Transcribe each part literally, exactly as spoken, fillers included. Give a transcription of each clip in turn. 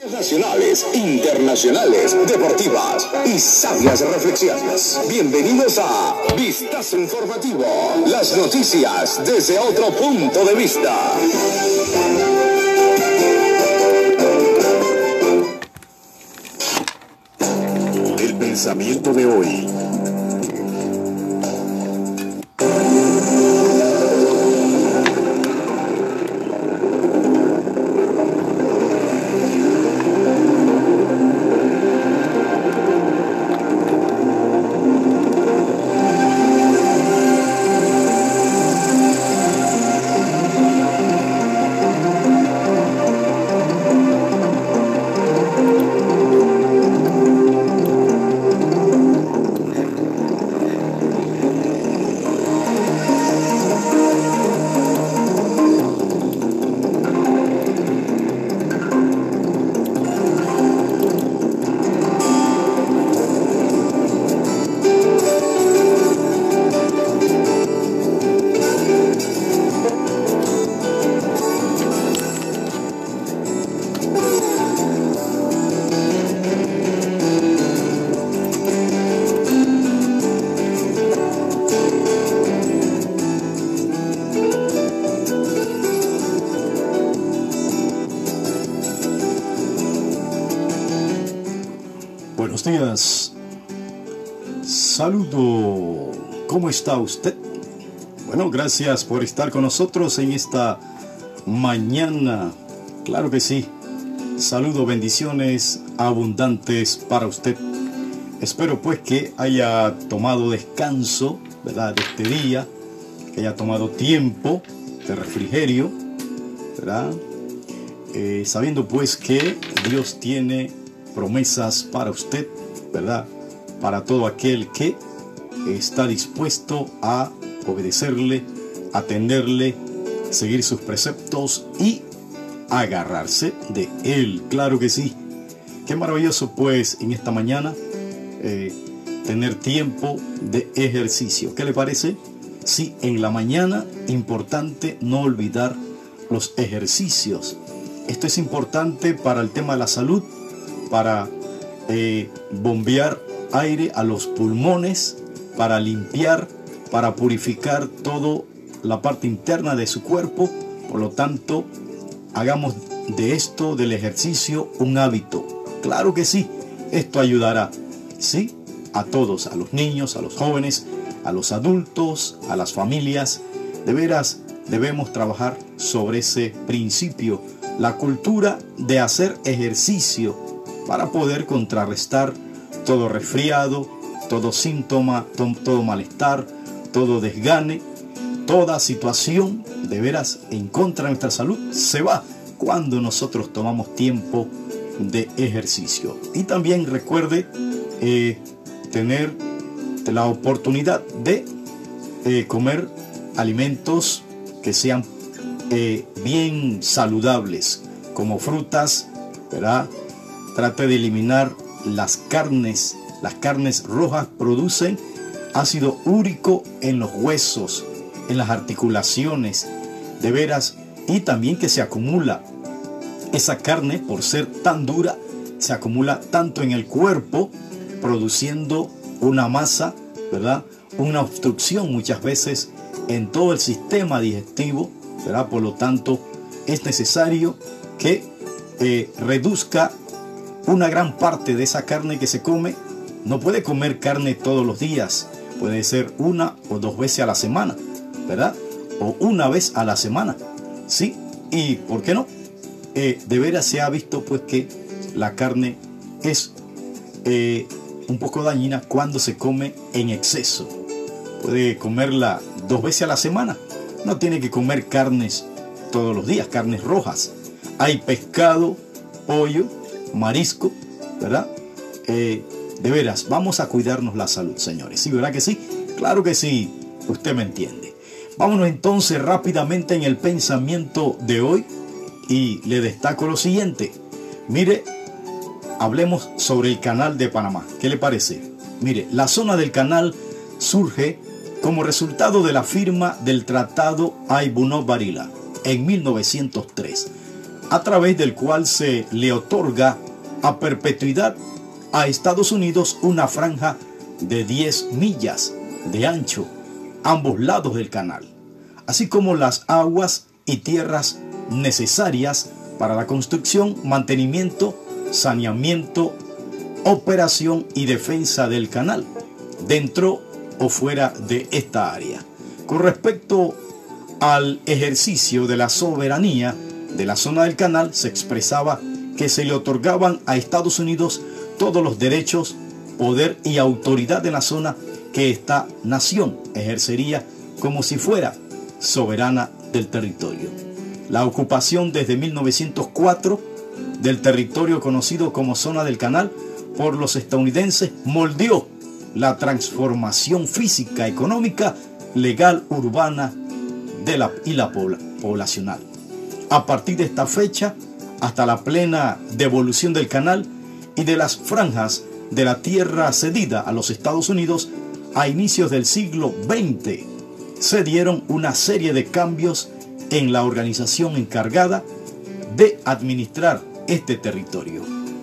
Nacionales, internacionales, deportivas y sabias reflexiones. Bienvenidos a Vistazo Informativo, las noticias desde otro punto de vista. El pensamiento de hoy. Buenos días, saludo, ¿cómo está usted? Bueno, gracias por estar con nosotros en esta mañana, claro que sí, saludo, bendiciones abundantes para usted. Espero pues que haya tomado descanso, ¿verdad?, de este día, que haya tomado tiempo de refrigerio, ¿verdad? Eh, sabiendo pues que Dios tiene promesas para usted, ¿verdad? Para todo aquel que está dispuesto a obedecerle, atenderle, seguir sus preceptos y agarrarse de él. Claro que sí. Qué maravilloso pues en esta mañana eh, tener tiempo de ejercicio. ¿Qué le parece? Sí, en la mañana, importante no olvidar los ejercicios. Esto es importante para el tema de la salud, para eh, bombear aire a los pulmones, para limpiar, para purificar toda la parte interna de su cuerpo. Por lo tanto, hagamos de esto, del ejercicio, un hábito. Claro que sí, esto ayudará, ¿sí?, a todos, a los niños, a los jóvenes, a los adultos, a las familias. De veras, debemos trabajar sobre ese principio, la cultura de hacer ejercicio, para poder contrarrestar todo resfriado, todo síntoma, to- todo malestar, todo desgane, toda situación de veras en contra de nuestra salud se va cuando nosotros tomamos tiempo de ejercicio. Y también recuerde eh, tener la oportunidad de eh, comer alimentos que sean eh, bien saludables, como frutas, ¿verdad? Trate de eliminar las carnes. Las carnes rojas producen ácido úrico en los huesos, en las articulaciones, de veras, y también que se acumula. Esa carne, por ser tan dura, se acumula tanto en el cuerpo, produciendo una masa, ¿verdad? Una obstrucción muchas veces en todo el sistema digestivo, ¿verdad? Por lo tanto, es necesario que eh, reduzca una gran parte de esa carne que se come. No puede comer carne todos los días, puede ser una o dos veces a la semana, ¿verdad? O una vez a la semana, ¿sí? Y ¿por qué no? Eh, de veras se ha visto pues que la carne es eh, un poco dañina cuando se come en exceso. Puede comerla dos veces a la semana, no tiene que comer carnes todos los días, carnes rojas. Hay pescado, pollo, marisco, ¿verdad? Eh, de veras, vamos a cuidarnos la salud, señores. ¿Sí, verdad que sí? Claro que sí, usted me entiende. Vámonos entonces rápidamente en el pensamiento de hoy y le destaco lo siguiente. Mire, hablemos sobre el canal de Panamá. ¿Qué le parece? Mire, la zona del canal surge como resultado de la firma del Tratado Aibunó-Barila en mil novecientos tres. a través del cual se le otorga a perpetuidad a Estados Unidos una franja de diez millas de ancho, ambos lados del canal, así como las aguas y tierras necesarias para la construcción, mantenimiento, saneamiento, operación y defensa del canal, dentro o fuera de esta área. Con respecto al ejercicio de la soberanía de la zona del canal, se expresaba que se le otorgaban a Estados Unidos todos los derechos, poder y autoridad en la zona que esta nación ejercería como si fuera soberana del territorio. La ocupación desde mil novecientos cuatro del territorio conocido como zona del canal por los estadounidenses moldeó la transformación física, económica, legal, urbana de la, y la pobla, poblacional. A partir de esta fecha, hasta la plena devolución del canal y de las franjas de la tierra cedida a los Estados Unidos a inicios del siglo veinte, se dieron una serie de cambios en la organización encargada de administrar este territorio.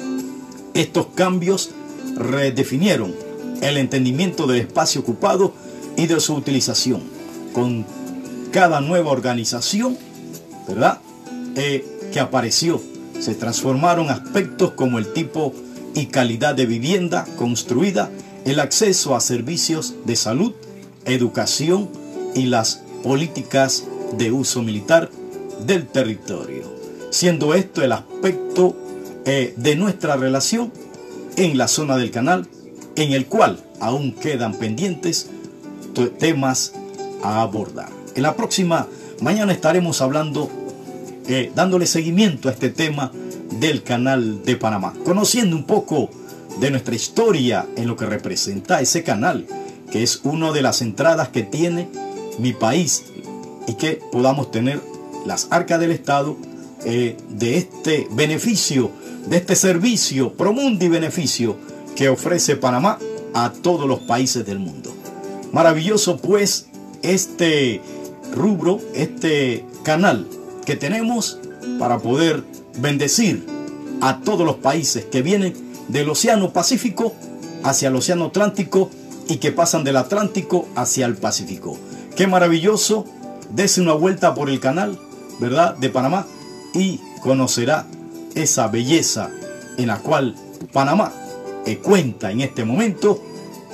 Estos cambios redefinieron el entendimiento del espacio ocupado y de su utilización. Con cada nueva organización, ¿verdad?, eh, que apareció, se transformaron aspectos como el tipo y calidad de vivienda construida, el acceso a servicios de salud, educación y las políticas de uso militar del territorio, siendo esto el aspecto eh, de nuestra relación en la zona del canal, en el cual aún quedan pendientes temas a abordar. En la próxima mañana estaremos hablando, eh, dándole seguimiento a este tema del canal de Panamá, conociendo un poco de nuestra historia en lo que representa ese canal, que es una de las entradas que tiene mi país, y que podamos tener las arcas del Estado eh, de este beneficio, de este servicio, promundi beneficio que ofrece Panamá a todos los países del mundo. Maravilloso pues este rubro, este canal que tenemos para poder bendecir a todos los países que vienen del Océano Pacífico hacia el Océano Atlántico y que pasan del Atlántico hacia el Pacífico. Qué maravilloso. Dese una vuelta por el canal, ¿verdad?, de Panamá, y conocerá esa belleza en la cual Panamá eh, cuenta en este momento,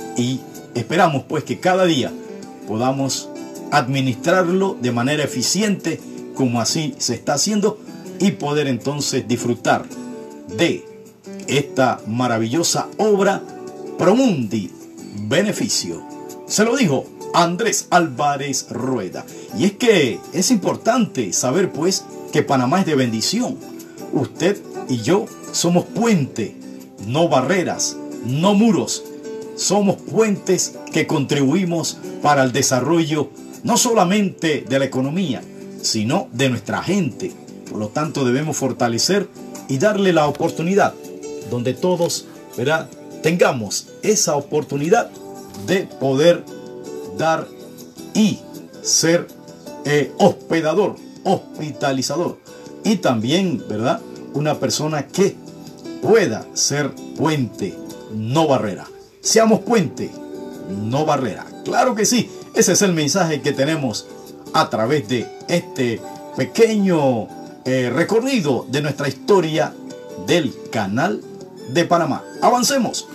y esperamos pues que cada día podamos administrarlo de manera eficiente, como así se está haciendo, y poder entonces disfrutar de esta maravillosa obra Promundi Beneficio. Se lo dijo Andrés Álvarez Rueda. Y es que es importante saber pues que Panamá es de bendición. Usted y yo somos puente, no barreras, no muros. Somos puentes que contribuimos para el desarrollo no solamente de la economía, sino de nuestra gente. Por lo tanto, debemos fortalecer y darle la oportunidad donde todos, ¿verdad?, tengamos esa oportunidad de poder dar y ser eh, hospedador, hospitalizador, y también, ¿verdad?, una persona que pueda ser puente, no barrera. Seamos puente, no barrera. Claro que sí, ese es el mensaje que tenemos a través de este pequeño eh, recorrido de nuestra historia del canal de Panamá. Avancemos.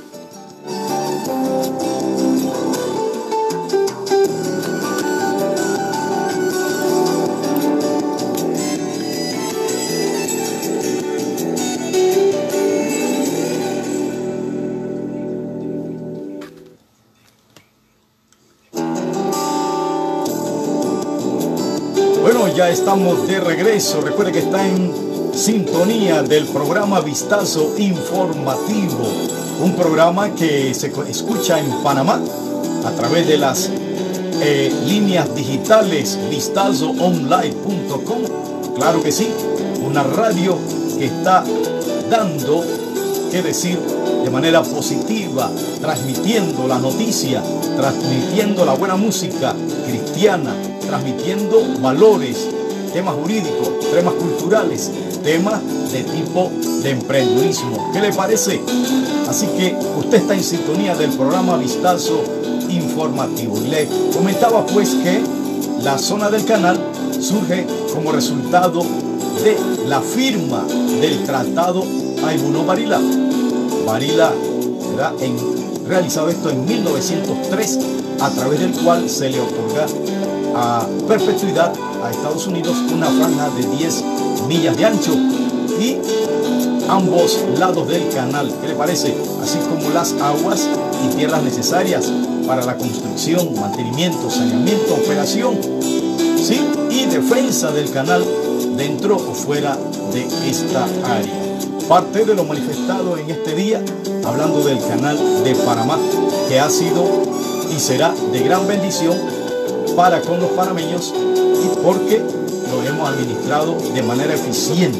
Ya estamos de regreso. Recuerde que está en sintonía del programa Vistazo Informativo, un programa que se escucha en Panamá a través de las eh, líneas digitales vistazo online punto com. Claro que sí, una radio que está dando que decir de manera positiva, transmitiendo la noticia, transmitiendo la buena música cristiana, transmitiendo valores, temas jurídicos, temas culturales, temas de tipo de emprendedurismo. ¿Qué le parece? Así que usted está en sintonía del programa Vistazo Informativo. Y le comentaba pues que la zona del canal surge como resultado de la firma del Tratado Aibunó-Barila. Barila será en, realizado esto en mil novecientos tres, a través del cual se le otorga a perpetuidad a Estados Unidos una franja de diez millas de ancho y ambos lados del canal. ¿Qué le parece? Así como las aguas y tierras necesarias para la construcción, mantenimiento, saneamiento, operación, ¿sí? y defensa del canal dentro o fuera de esta área. Parte de lo manifestado en este día, hablando del canal de Panamá, que ha sido y será de gran bendición para con los panameños, y porque lo hemos administrado de manera eficiente.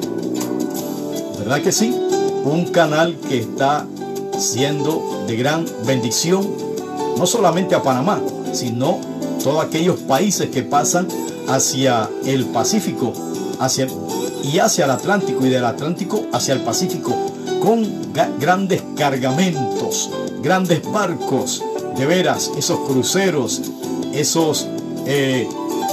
¿Verdad que sí? Un canal que está siendo de gran bendición, no solamente a Panamá, sino todos aquellos países que pasan hacia el Pacífico hacia, y hacia el Atlántico, y del Atlántico hacia el Pacífico, con grandes cargamentos, grandes barcos, de veras, esos cruceros, esos eh,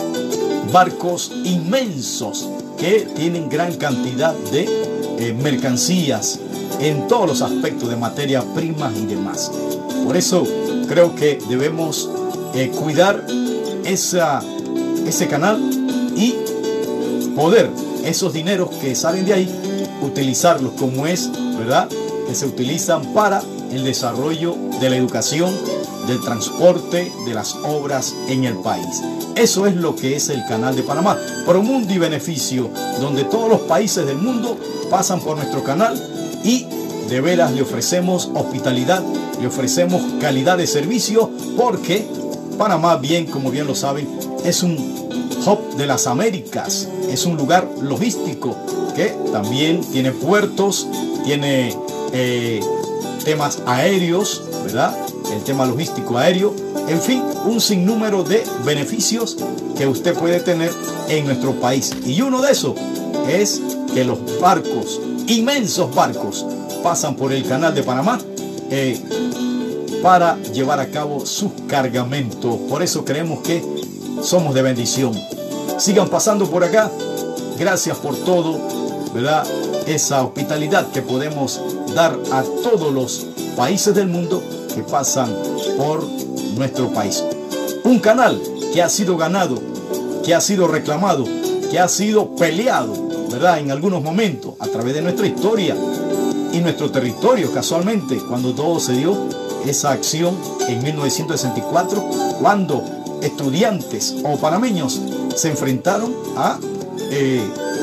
barcos inmensos que tienen gran cantidad de eh, mercancías en todos los aspectos de materia prima y demás. Por eso creo que debemos eh, cuidar esa, ese canal y poder esos dineros que salen de ahí utilizarlos como es, ¿verdad? Que se utilizan para el desarrollo de la educación, del transporte, de las obras en el país. Eso es lo que es el Canal de Panamá, Promundo y Beneficio, donde todos los países del mundo pasan por nuestro canal y de veras le ofrecemos hospitalidad, le ofrecemos calidad de servicio, porque Panamá, bien como bien lo saben, es un hub de las Américas, es un lugar logístico que también tiene puertos, tiene eh, temas aéreos, ¿verdad? El tema logístico aéreo, en fin, un sinnúmero de beneficios que usted puede tener en nuestro país. Y uno de esos es que los barcos, inmensos barcos, pasan por el Canal de Panamá eh, para llevar a cabo sus cargamentos. Por eso creemos que somos de bendición. Sigan pasando por acá. Gracias por todo, ¿verdad? Esa hospitalidad que podemos dar a todos los países del mundo que pasan por nuestro país. Un canal que ha sido ganado, que ha sido reclamado, que ha sido peleado, ¿verdad? En algunos momentos a través de nuestra historia y nuestro territorio, casualmente, cuando todo se dio, esa acción en mil novecientos sesenta y cuatro, cuando estudiantes o panameños se enfrentaron a eh,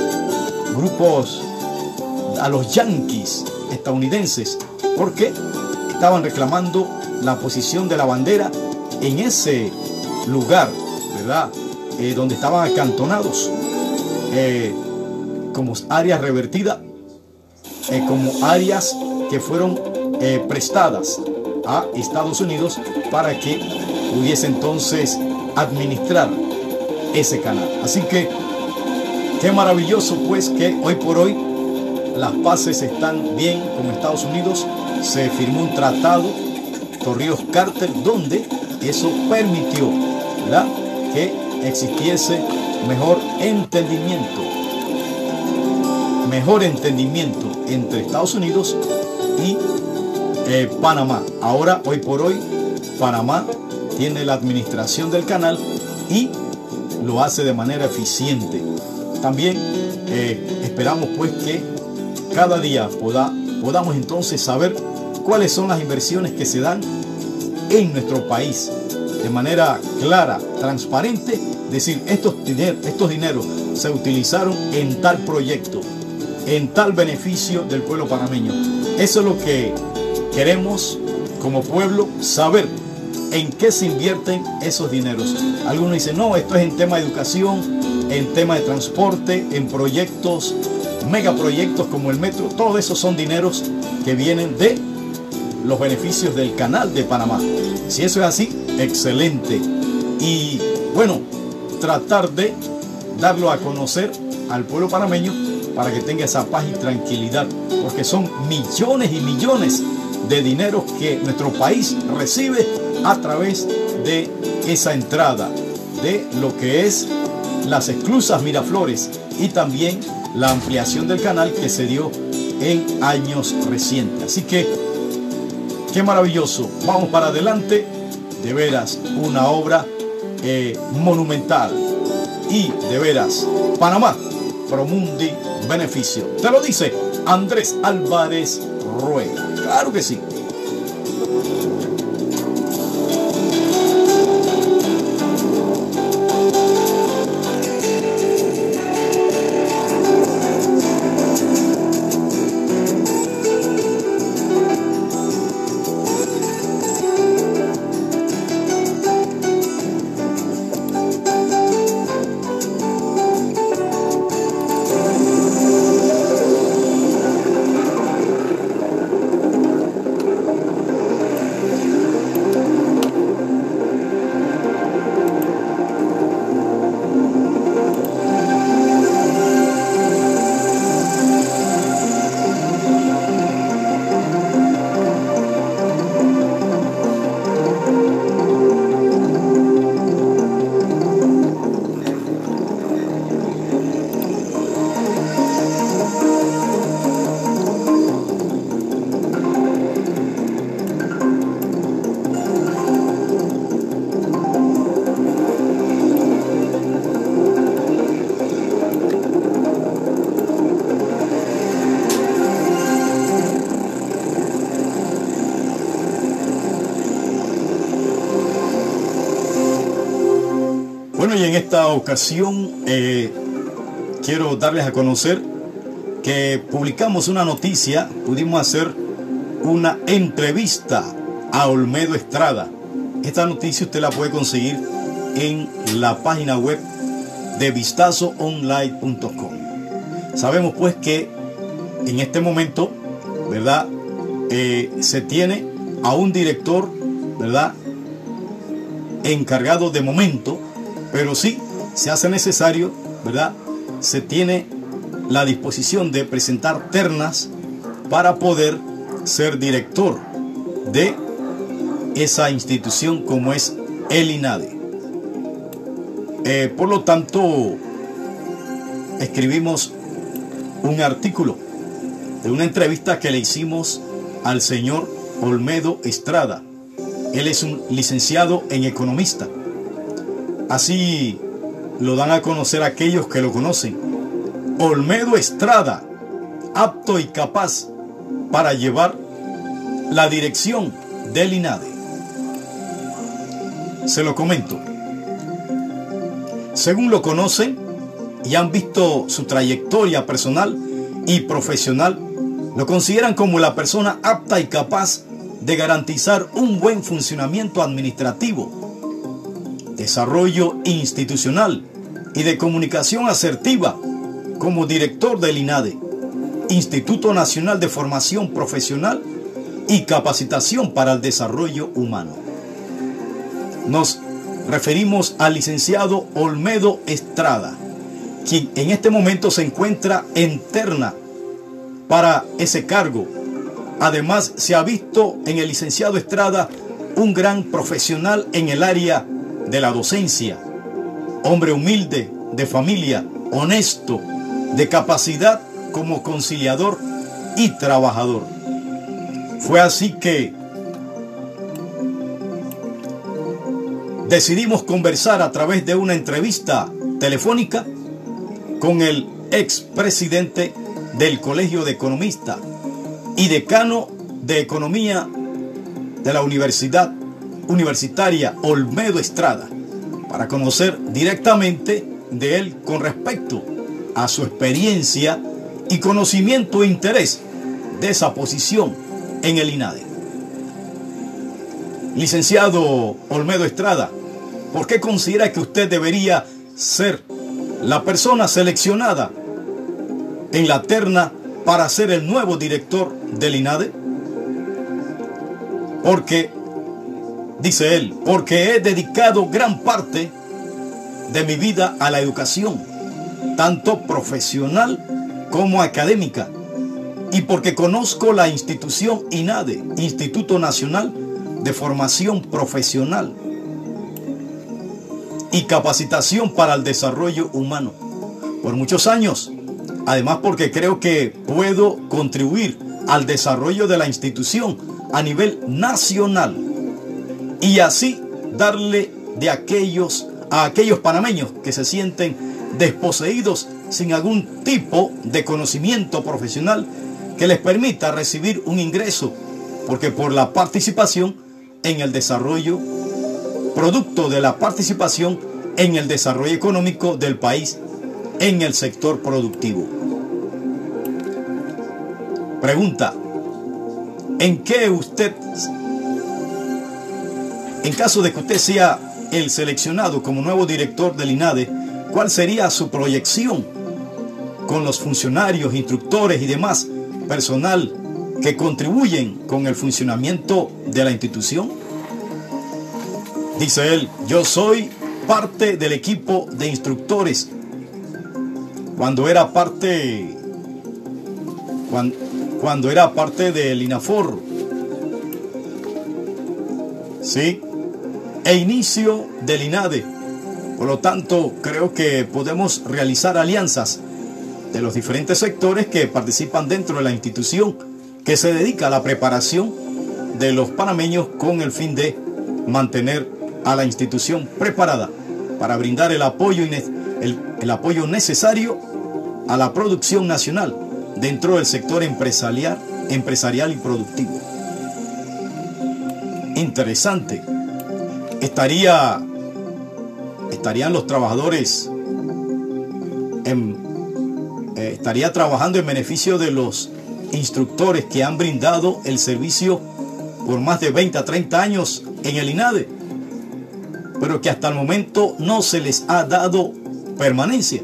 grupos, a los yanquis estadounidenses, porque estaban reclamando la posición de la bandera en ese lugar, ¿verdad? Eh, donde estaban acantonados eh, como áreas revertidas, eh, como áreas que fueron eh, prestadas a Estados Unidos para que pudiese entonces administrar ese canal. Así que qué maravilloso pues que hoy por hoy las paces están bien con Estados Unidos. Se firmó un tratado, Torrijos-Carter, donde eso permitió, ¿verdad?, que existiese mejor entendimiento, mejor entendimiento entre Estados Unidos y eh, Panamá. Ahora, hoy por hoy, Panamá tiene la administración del canal y lo hace de manera eficiente. También eh, esperamos pues que cada día poda, podamos entonces saber cuáles son las inversiones que se dan en nuestro país de manera clara, transparente, decir estos, diner, estos dineros se utilizaron en tal proyecto, en tal beneficio del pueblo panameño. Eso es lo que queremos como pueblo, saber en qué se invierten esos dineros. Algunos dicen, no, esto es en tema de educación, en tema de transporte, en proyectos, megaproyectos como el metro. Todos esos son dineros que vienen de los beneficios del Canal de Panamá. Si eso es así, excelente. Y bueno, tratar de darlo a conocer al pueblo panameño para que tenga esa paz y tranquilidad, porque son millones y millones de dinero que nuestro país recibe a través de esa entrada de lo que es las esclusas Miraflores y también la ampliación del canal que se dio en años recientes. Así que qué maravilloso, vamos para adelante, de veras una obra eh, monumental y de veras Panamá Promundi beneficio. Te lo dice Andrés Álvarez Rueda. Claro que sí. Bueno, y en esta ocasión eh, quiero darles a conocer que publicamos una noticia, pudimos hacer una entrevista a Olmedo Estrada. Esta noticia usted la puede conseguir en la página web de vistazo online punto com. Sabemos pues que en este momento, ¿verdad? Eh, se tiene a un director, ¿verdad?, encargado de momento, pero sí se hace necesario, ¿verdad? Se tiene la disposición de presentar ternas para poder ser director de esa institución como es el INADE. Eh, por lo tanto, escribimos un artículo de una entrevista que le hicimos al señor Olmedo Estrada. Él es un licenciado en economista. Así lo dan a conocer aquellos que lo conocen. Olmedo Estrada, apto y capaz para llevar la dirección del INADE. Se lo comento. Según lo conocen y han visto su trayectoria personal y profesional, lo consideran como la persona apta y capaz de garantizar un buen funcionamiento administrativo, desarrollo institucional y de comunicación asertiva como director del INADE, Instituto Nacional de Formación Profesional y Capacitación para el Desarrollo Humano. Nos referimos al licenciado Olmedo Estrada, quien en este momento se encuentra en terna para ese cargo. Además, se ha visto en el licenciado Estrada un gran profesional en el área de la docencia, hombre humilde, de familia, honesto, de capacidad como conciliador y trabajador. Fue así que decidimos conversar a través de una entrevista telefónica con el expresidente del Colegio de Economistas y decano de Economía de la Universidad Universitaria Olmedo Estrada, para conocer directamente de él con respecto a su experiencia y conocimiento e interés de esa posición en el INADE. Licenciado Olmedo Estrada, ¿por qué considera que usted debería ser la persona seleccionada en la terna para ser el nuevo director del INADE? Porque, dice él, porque he dedicado gran parte de mi vida a la educación, tanto profesional como académica y porque conozco la institución INADE, Instituto Nacional de Formación Profesional y Capacitación para el Desarrollo Humano, por muchos años. Además, porque creo que puedo contribuir al desarrollo de la institución a nivel nacional y así darle de aquellos a aquellos panameños que se sienten desposeídos sin algún tipo de conocimiento profesional que les permita recibir un ingreso, porque por la participación en el desarrollo, producto de la participación en el desarrollo económico del país, en el sector productivo. Pregunta: ¿en qué usted, en caso de que usted sea el seleccionado como nuevo director del INADE, cuál sería su proyección con los funcionarios, instructores y demás personal que contribuyen con el funcionamiento de la institución? Dice él: yo soy parte del equipo de instructores cuando era parte cuando, cuando era parte del INAFOR, ¿sí? E inicio del INADE. Por lo tanto, creo que podemos realizar alianzas de los diferentes sectores que participan dentro de la institución que se dedica a la preparación de los panameños con el fin de mantener a la institución preparada para brindar el apoyo, el, el apoyo necesario a la producción nacional dentro del sector empresarial, empresarial y productivo. Interesante. Estaría, estarían los trabajadores en, eh, estaría trabajando en beneficio de los instructores que han brindado el servicio por más de veinte a treinta años en el INADE, pero que hasta el momento no se les ha dado permanencia.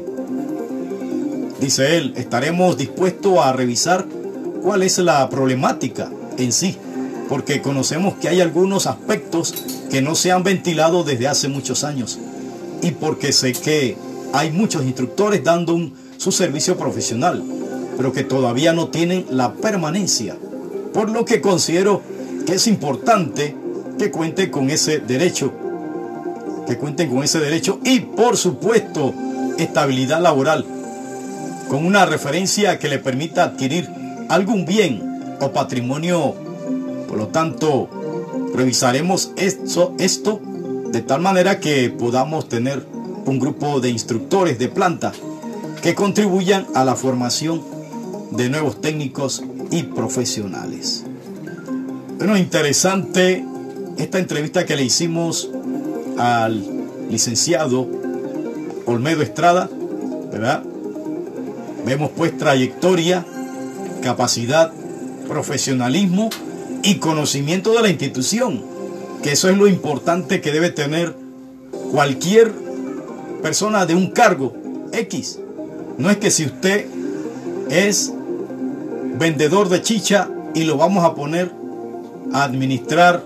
Dice él: estaremos dispuestos a revisar cuál es la problemática en sí, porque conocemos que hay algunos aspectos que no se han ventilado desde hace muchos años y porque sé que hay muchos instructores dando un, su servicio profesional, pero que todavía no tienen la permanencia, por lo que considero que es importante que cuenten con ese derecho, que cuenten con ese derecho y, por supuesto, estabilidad laboral, con una referencia que le permita adquirir algún bien o patrimonio. Por lo tanto, revisaremos esto, esto de tal manera que podamos tener un grupo de instructores de planta que contribuyan a la formación de nuevos técnicos y profesionales. Bueno, interesante esta entrevista que le hicimos al licenciado Olmedo Estrada, ¿verdad? Vemos pues trayectoria, capacidad, profesionalismo y conocimiento de la institución, que eso es lo importante que debe tener cualquier persona de un cargo X. No es que si usted es vendedor de chicha y lo vamos a poner a administrar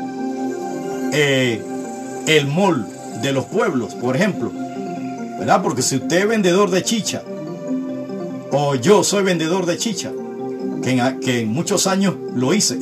eh, el mall de los pueblos, por ejemplo, ¿verdad? Porque si usted es vendedor de chicha, o yo soy vendedor de chicha, que en, que en muchos años lo hice,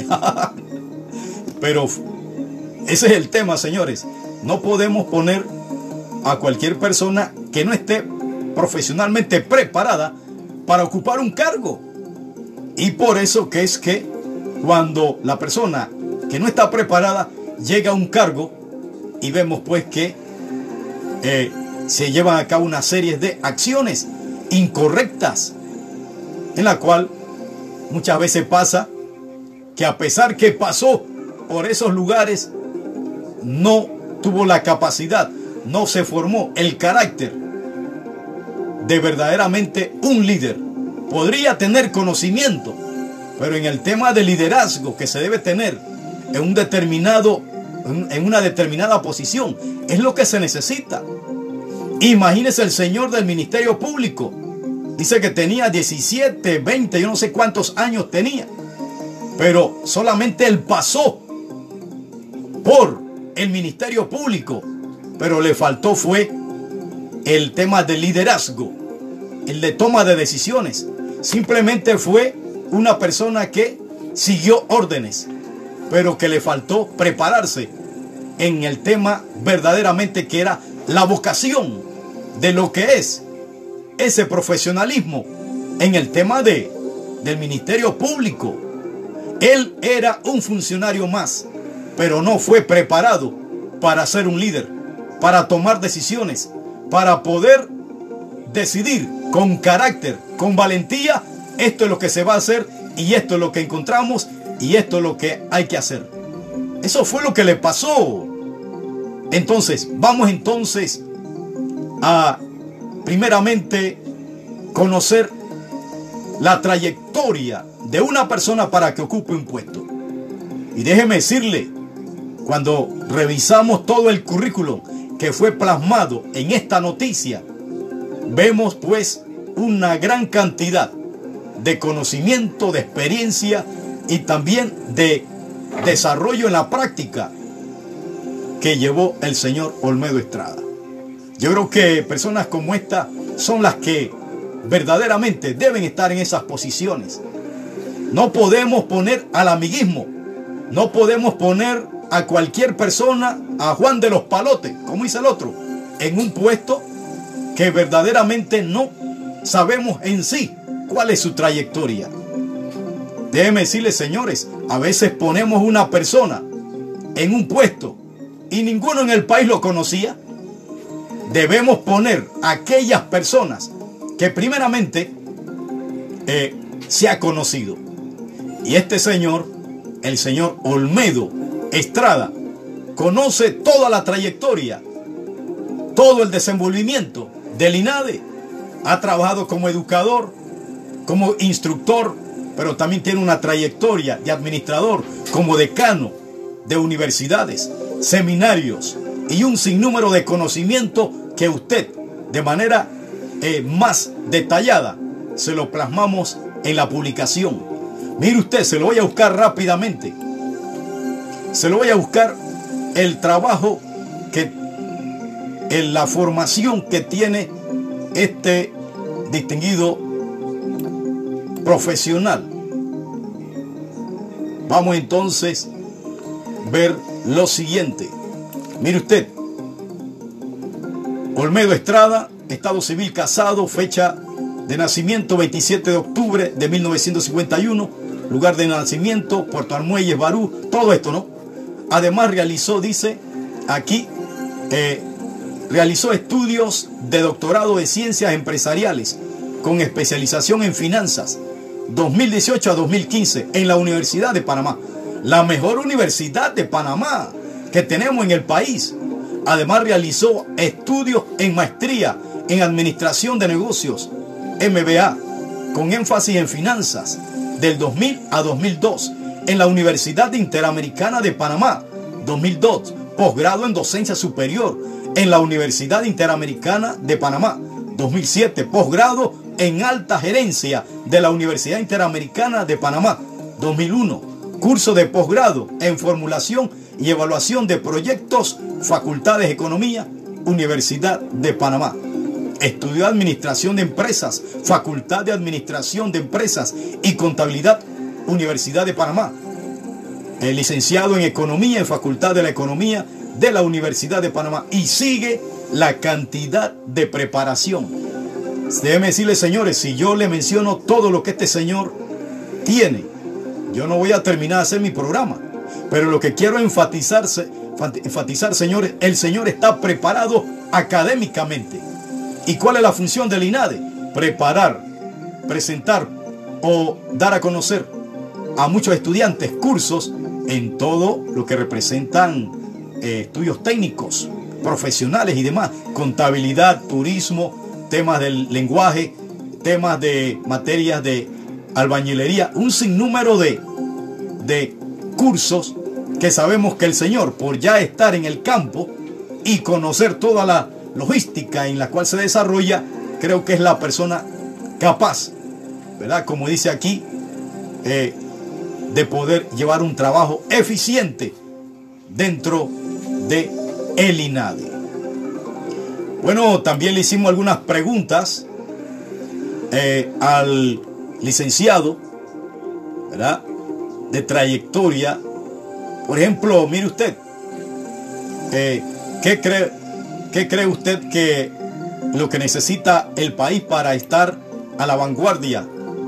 pero ese es el tema, señores. No podemos poner a cualquier persona que no esté profesionalmente preparada para ocupar un cargo. Y por eso que es que cuando la persona que no está preparada llega a un cargo, y vemos pues que eh, se llevan a cabo una serie de acciones incorrectas, en la cual muchas veces pasa que a pesar que pasó por esos lugares, no tuvo la capacidad, no se formó el carácter de verdaderamente un líder. Podría tener conocimiento, pero en el tema de liderazgo que se debe tener en un determinado, en una determinada posición, es lo que se necesita. Imagínese el señor del Ministerio Público. Dice que tenía diecisiete, veinte, yo no sé cuántos años tenía, pero solamente él pasó por el Ministerio Público, pero le faltó fue el tema del liderazgo, el de toma de decisiones. Simplemente fue una persona que siguió órdenes, pero que le faltó prepararse en el tema verdaderamente que era la vocación de lo que es ese profesionalismo en el tema de, del ministerio público. Él era un funcionario más, pero no fue preparado para ser un líder, para tomar decisiones, para poder decidir con carácter, con valentía, esto es lo que se va a hacer y esto es lo que encontramos y esto es lo que hay que hacer. Eso fue lo que le pasó. Entonces, vamos entonces a primeramente conocer la trayectoria de una persona para que ocupe un puesto. Y déjeme decirle, cuando revisamos todo el currículum que fue plasmado en esta noticia, vemos pues una gran cantidad de conocimiento, de experiencia y también de desarrollo en la práctica que llevó el señor Olmedo Estrada. Yo creo que personas como esta son las que verdaderamente deben estar en esas posiciones. No podemos poner al amiguismo, no podemos poner a cualquier persona, a Juan de los Palotes, como dice el otro, en un puesto que verdaderamente no sabemos en sí cuál es su trayectoria. Déjenme decirles, señores, a veces ponemos una persona en un puesto y ninguno en el país lo conocía. Debemos poner a aquellas personas que primeramente eh, se ha conocido. Y este señor, el señor Olmedo Estrada, conoce toda la trayectoria, todo el desenvolvimiento del INADE. Ha trabajado como educador, como instructor, pero también tiene una trayectoria de administrador, como decano de universidades, seminarios y un sinnúmero de conocimiento que usted de manera eh, más detallada se lo plasmamos en la publicación. Mire usted, se lo voy a buscar rápidamente. Se lo voy a buscar el trabajo que, en la formación que tiene este distinguido profesional. Vamos entonces a ver lo siguiente. Mire usted, Olmedo Estrada, estado civil, casado, fecha de nacimiento veintisiete de octubre de mil novecientos cincuenta y uno, lugar de nacimiento Puerto Armuelles, Barú, todo esto, ¿no? Además realizó, dice aquí, eh, realizó estudios de doctorado de ciencias empresariales con especialización en finanzas dos mil dieciocho a dos mil quince en la Universidad de Panamá, la mejor universidad de Panamá que tenemos en el país. Además realizó estudios en maestría en administración de negocios, M B A, con énfasis en finanzas, del dos mil a dos mil dos en la Universidad Interamericana de Panamá, dos mil dos, posgrado en docencia superior en la Universidad Interamericana de Panamá, dos mil siete, posgrado en alta gerencia de la Universidad Interamericana de Panamá, dos mil uno, curso de posgrado en formulación y evaluación de proyectos, Facultad de Economía, Universidad de Panamá. Estudió Administración de Empresas, Facultad de Administración de Empresas y Contabilidad, Universidad de Panamá. El licenciado en Economía en Facultad de la Economía de la Universidad de Panamá. Y sigue la cantidad de preparación. Déjeme decirle, señores, si yo le menciono todo lo que este señor tiene, yo no voy a terminar de hacer mi programa. Pero lo que quiero enfatizarse, enfatizar, señores, el señor está preparado académicamente. ¿Y cuál es la función del INADE? Preparar, presentar o dar a conocer a muchos estudiantes cursos en todo lo que representan eh, estudios técnicos, profesionales y demás, contabilidad, turismo, temas del lenguaje, temas de materias de albañilería, un sinnúmero de, de cursos que sabemos que el señor, por ya estar en el campo y conocer toda la logística en la cual se desarrolla, creo que es la persona capaz, ¿verdad? Como dice aquí, eh, de poder llevar un trabajo eficiente dentro de el INADE. Bueno, también le hicimos algunas preguntas eh, al licenciado, ¿verdad?, de trayectoria. Por ejemplo, mire usted, eh, ¿qué cree, qué cree usted que lo que necesita el país para estar a la vanguardia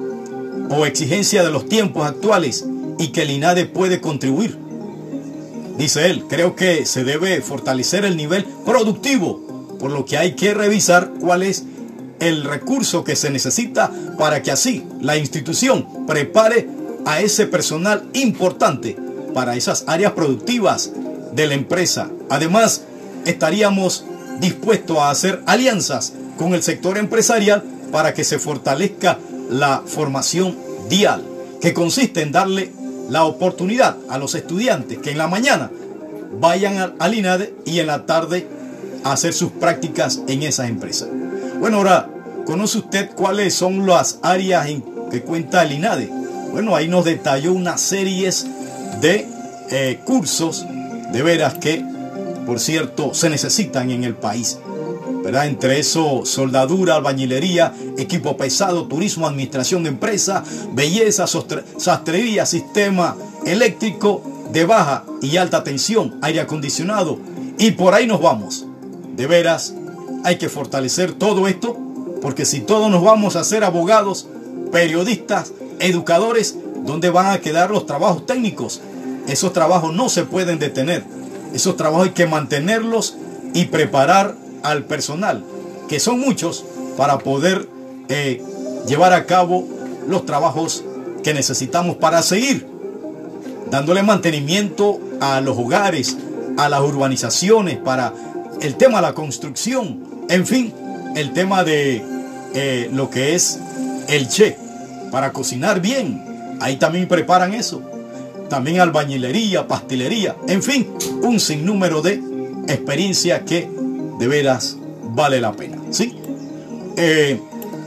o exigencia de los tiempos actuales y que el INADE puede contribuir? Dice él, creo que se debe fortalecer el nivel productivo, por lo que hay que revisar cuál es el recurso que se necesita para que así la institución prepare a ese personal importante para esas áreas productivas de la empresa. Además, estaríamos dispuestos a hacer alianzas con el sector empresarial para que se fortalezca la formación dial, que consiste en darle la oportunidad a los estudiantes que en la mañana vayan al INADE y en la tarde a hacer sus prácticas en esas empresas. Bueno, ahora, ¿conoce usted cuáles son las áreas en que cuenta el INADE? Bueno, ahí nos detalló una serie de eh, cursos de veras que, por cierto, se necesitan en el país, ¿verdad? Entre eso, soldadura, albañilería, equipo pesado, turismo, administración de empresa, belleza, sastrería, sistema eléctrico de baja y alta tensión, aire acondicionado, y por ahí nos vamos. De veras, hay que fortalecer todo esto, porque si todos nos vamos a ser abogados, periodistas, educadores, ¿dónde van a quedar los trabajos técnicos? Esos trabajos no se pueden detener. Esos trabajos hay que mantenerlos y preparar al personal, que son muchos, para poder eh, llevar a cabo los trabajos que necesitamos para seguir dándole mantenimiento a los hogares, a las urbanizaciones, para el tema de la construcción, en fin, el tema de eh, lo que es el chef, para cocinar bien, ahí también preparan eso. También albañilería, pastelería, en fin, un sinnúmero de experiencias que de veras vale la pena, ¿sí? Eh,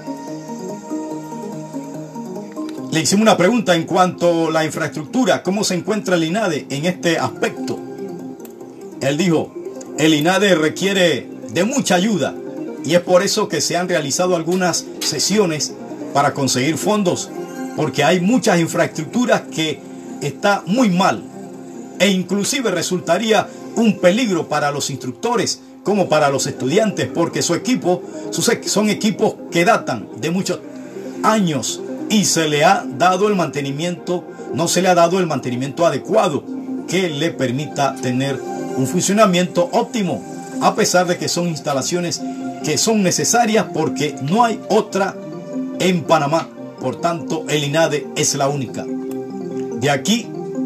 le hicimos una pregunta en cuanto a la infraestructura, ¿cómo se encuentra el INADE en este aspecto? Él dijo, el INADE requiere de mucha ayuda y es por eso que se han realizado algunas sesiones para conseguir fondos, porque hay muchas infraestructuras que está muy mal e inclusive resultaría un peligro para los instructores como para los estudiantes, porque su equipo sus, son equipos que datan de muchos años y se le ha dado el mantenimiento, no se le ha dado el mantenimiento adecuado que le permita tener un funcionamiento óptimo, a pesar de que son instalaciones que son necesarias porque no hay otra en Panamá. Por tanto, el INADE es la única. De aquí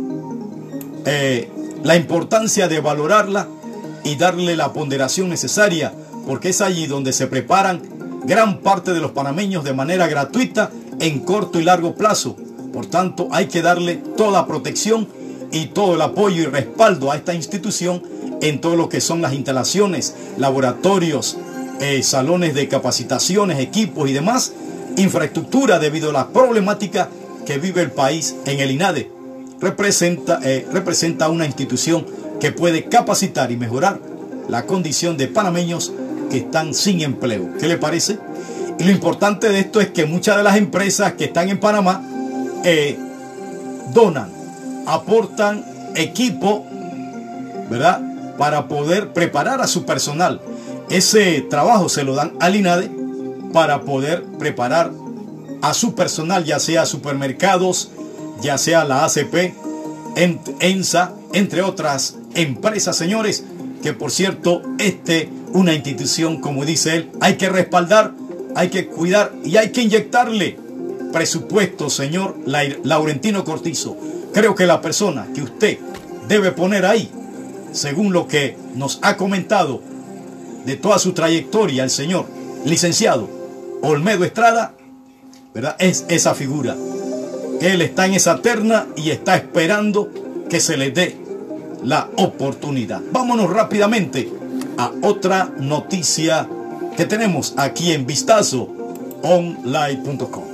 eh, la importancia de valorarla y darle la ponderación necesaria, porque es allí donde se preparan gran parte de los panameños de manera gratuita en corto y largo plazo. Por tanto, hay que darle toda protección y todo el apoyo y respaldo a esta institución en todo lo que son las instalaciones, laboratorios, eh, salones de capacitaciones, equipos y demás, infraestructura, debido a la problemática que vive el país. En el INADE representa, eh, representa una institución que puede capacitar y mejorar la condición de panameños que están sin empleo. ¿Qué le parece? Y lo importante de esto es que muchas de las empresas que están en Panamá eh, donan, aportan equipo, ¿verdad?, para poder preparar a su personal. Ese trabajo se lo dan al INADE para poder preparar a su personal, ya sea supermercados, ya sea la A C P, ENSA, entre otras empresas, señores, que por cierto, este, una institución, como dice él, hay que respaldar, hay que cuidar y hay que inyectarle presupuesto, señor Laurentino Cortizo. Creo que la persona que usted debe poner ahí, según lo que nos ha comentado de toda su trayectoria, el señor licenciado Olmedo Estrada, ¿verdad?, es esa figura. Él está en esa terna y está esperando que se le dé la oportunidad. Vámonos rápidamente a otra noticia que tenemos aquí en vistazo online punto com.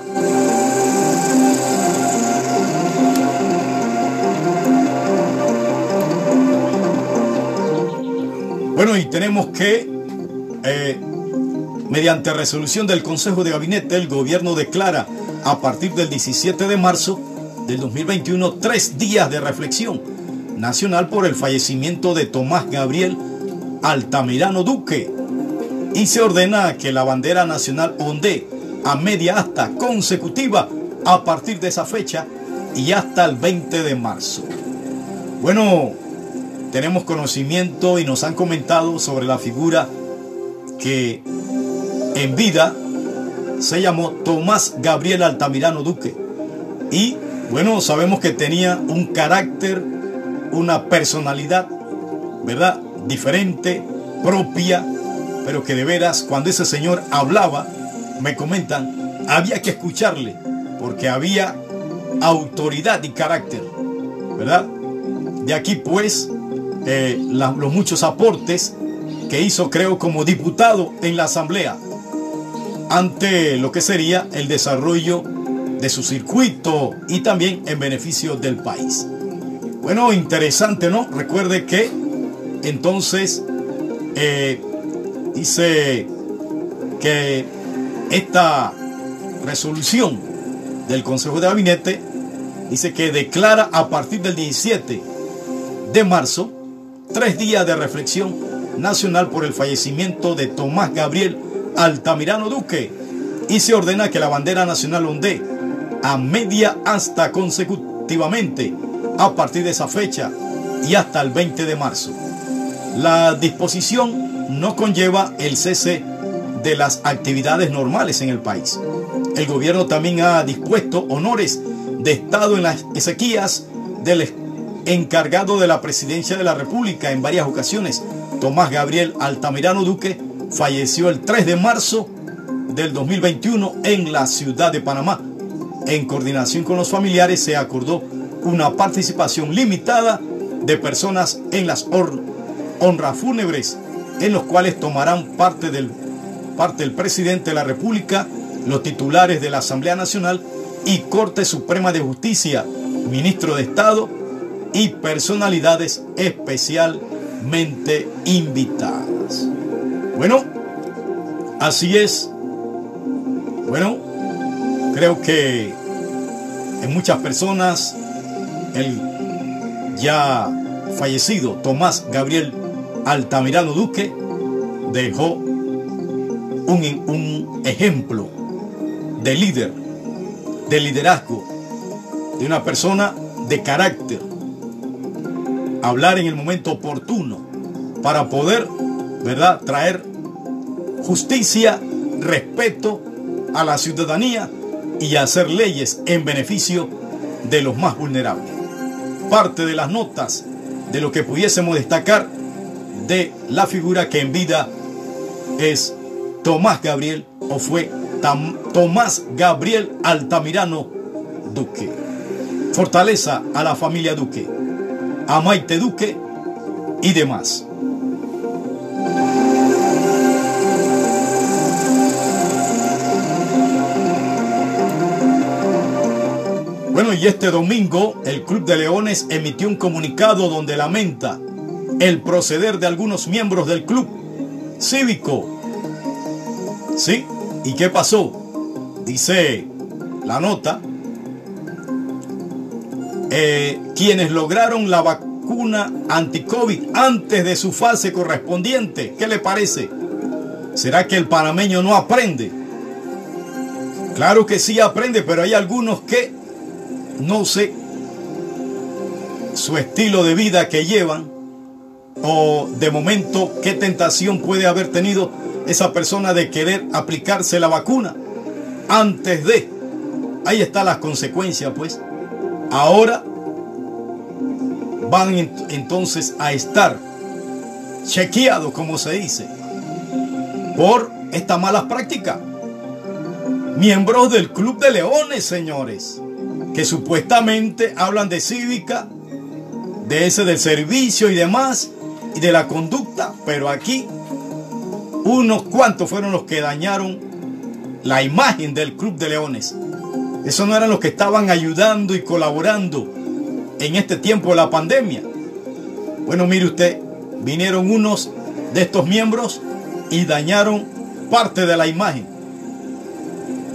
Bueno, y tenemos que eh, mediante resolución del Consejo de Gabinete, el gobierno declara a partir del diecisiete de marzo del dos mil veintiuno, tres días de reflexión nacional por el fallecimiento de Tomás Gabriel Altamirano Duque, y se ordena que la bandera nacional ondee a media asta consecutiva a partir de esa fecha y hasta el veinte de marzo. Bueno, tenemos conocimiento y nos han comentado sobre la figura que en vida se llamó Tomás Gabriel Altamirano Duque, y bueno, sabemos que tenía un carácter, una personalidad, ¿verdad?, diferente, propia, pero que de veras cuando ese señor hablaba, me comentan, había que escucharle porque había autoridad y carácter, ¿verdad? De aquí pues eh, la, los muchos aportes que hizo, creo, como diputado en la asamblea ante lo que sería el desarrollo de su circuito y también en beneficio del país. Bueno, interesante, ¿no? Recuerde que entonces eh, dice que esta resolución del Consejo de Gabinete dice que declara a partir del diecisiete de marzo tres días de reflexión nacional por el fallecimiento de Tomás Gabriel Altamirano Duque, y se ordena que la bandera nacional ondee a media asta consecutivamente a partir de esa fecha y hasta el veinte de marzo. La disposición no conlleva el cese de las actividades normales en el país. El gobierno también ha dispuesto honores de Estado en las Ezequías del encargado de la presidencia de la República en varias ocasiones. Tomás Gabriel Altamirano Duque falleció el tres de marzo del dos mil veintiuno en la ciudad de Panamá. En coordinación con los familiares se acordó una participación limitada de personas en las honras fúnebres, en los cuales tomarán parte del, parte el presidente de la República, los titulares de la Asamblea Nacional y Corte Suprema de Justicia, ministro de Estado y personalidades especialmente invitadas. Bueno, así es. Bueno, creo que en muchas personas el ya fallecido Tomás Gabriel Altamirano Duque dejó un, un ejemplo de líder, de liderazgo, de una persona de carácter, hablar en el momento oportuno para poder, ¿verdad?, traer justicia, respeto a la ciudadanía y hacer leyes en beneficio de los más vulnerables. Parte de las notas de lo que pudiésemos destacar de la figura que en vida es Tomás Gabriel, o fue Tam, Tomás Gabriel Altamirano Duque. Fortaleza a la familia Duque, a Maite Duque y demás. Bueno, y este domingo el Club de Leones emitió un comunicado donde lamenta el proceder de algunos miembros del club cívico. ¿Sí? ¿Y qué pasó? Dice la nota, eh, quienes lograron la vacuna anti-COVID antes de su fase correspondiente. ¿Qué le parece? ¿Será que el panameño no aprende? Claro que sí aprende, pero hay algunos que no sé su estilo de vida que llevan, o de momento qué tentación puede haber tenido esa persona de querer aplicarse la vacuna antes de. Ahí están las consecuencias, pues. Ahora van entonces a estar chequeados, como se dice, por esta mala práctica. Miembros del Club de Leones, señores, que supuestamente hablan de cívica, de ese del servicio y demás, y de la conducta, pero aquí unos cuantos fueron los que dañaron la imagen del Club de Leones. Esos no eran los que estaban ayudando y colaborando en este tiempo de la pandemia. Bueno, mire usted, vinieron unos de estos miembros y dañaron parte de la imagen.